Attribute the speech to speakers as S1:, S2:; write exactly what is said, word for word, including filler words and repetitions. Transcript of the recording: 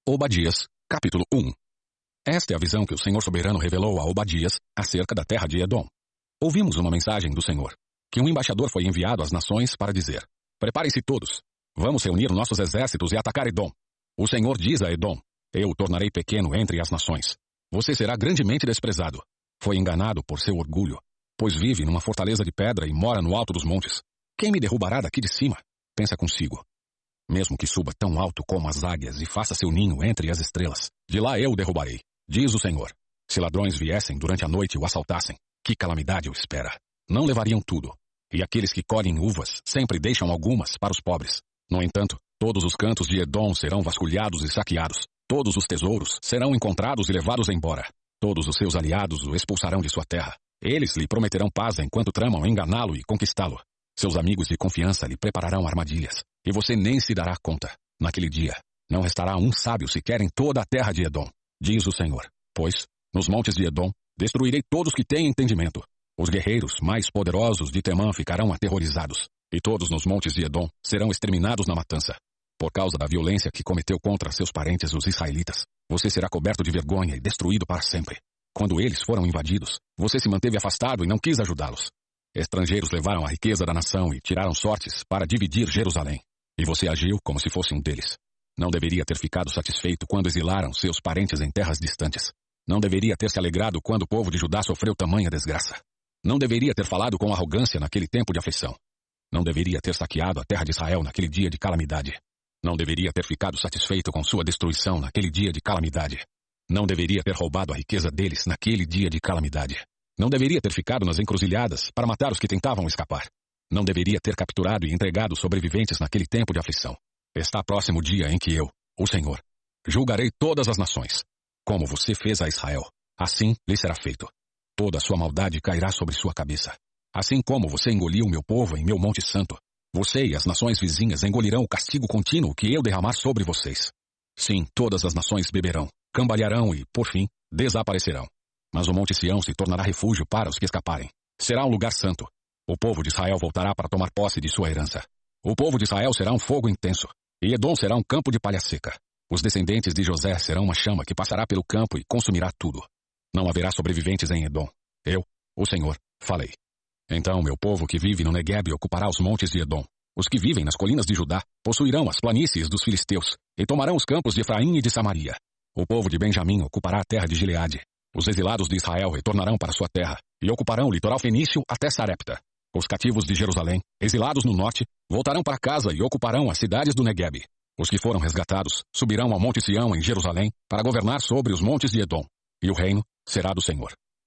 S1: Obadias, capítulo um. Esta é a visão que o Senhor soberano revelou a Obadias acerca da terra de Edom. Ouvimos uma mensagem do Senhor, que um embaixador foi enviado às nações para dizer: preparem-se todos, vamos reunir nossos exércitos e atacar Edom. O Senhor diz a Edom: eu o tornarei pequeno entre as nações. Você será grandemente desprezado. Foi enganado por seu orgulho, pois vive numa fortaleza de pedra e mora no alto dos montes. Quem me derrubará daqui de cima? Pensa consigo. Mesmo que suba tão alto como as águias e faça seu ninho entre as estrelas, de lá eu o derrubarei, diz o Senhor. Se ladrões viessem durante a noite e o assaltassem, que calamidade o espera. Não levariam tudo. E aqueles que colhem uvas sempre deixam algumas para os pobres. No entanto, todos os cantos de Edom serão vasculhados e saqueados. Todos os tesouros serão encontrados e levados embora. Todos os seus aliados o expulsarão de sua terra. Eles lhe prometerão paz enquanto tramam enganá-lo e conquistá-lo. Seus amigos de confiança lhe prepararão armadilhas, e você nem se dará conta. Naquele dia, não restará um sábio sequer em toda a terra de Edom, diz o Senhor. Pois, nos montes de Edom, destruirei todos que têm entendimento. Os guerreiros mais poderosos de Temã ficarão aterrorizados, e todos nos montes de Edom serão exterminados na matança. Por causa da violência que cometeu contra seus parentes os israelitas, você será coberto de vergonha e destruído para sempre. Quando eles foram invadidos, você se manteve afastado e não quis ajudá-los. Estrangeiros levaram a riqueza da nação e tiraram sortes para dividir Jerusalém. E você agiu como se fosse um deles. Não deveria ter ficado satisfeito quando exilaram seus parentes em terras distantes. Não deveria ter se alegrado quando o povo de Judá sofreu tamanha desgraça. Não deveria ter falado com arrogância naquele tempo de aflição. Não deveria ter saqueado a terra de Israel naquele dia de calamidade. Não deveria ter ficado satisfeito com sua destruição naquele dia de calamidade. Não deveria ter roubado a riqueza deles naquele dia de calamidade. Não deveria ter ficado nas encruzilhadas para matar os que tentavam escapar. Não deveria ter capturado e entregado os sobreviventes naquele tempo de aflição. Está próximo o dia em que eu, o Senhor, julgarei todas as nações. Como você fez a Israel, assim lhe será feito. Toda a sua maldade cairá sobre sua cabeça. Assim como você engoliu meu povo em meu monte santo, você e as nações vizinhas engolirão o castigo contínuo que eu derramar sobre vocês. Sim, todas as nações beberão, cambalearão e, por fim, desaparecerão. Mas o Monte Sião se tornará refúgio para os que escaparem. Será um lugar santo. O povo de Israel voltará para tomar posse de sua herança. O povo de Israel será um fogo intenso, e Edom será um campo de palha seca. Os descendentes de José serão uma chama que passará pelo campo e consumirá tudo. Não haverá sobreviventes em Edom. Eu, o Senhor, falei. Então meu povo que vive no Neguebe ocupará os montes de Edom. Os que vivem nas colinas de Judá possuirão as planícies dos filisteus e tomarão os campos de Efraim e de Samaria. O povo de Benjamim ocupará a terra de Gileade. Os exilados de Israel retornarão para sua terra e ocuparão o litoral fenício até Sarepta. Os cativos de Jerusalém, exilados no norte, voltarão para casa e ocuparão as cidades do Neguebe. Os que foram resgatados subirão ao Monte Sião em Jerusalém para governar sobre os montes de Edom. E o reino será do Senhor.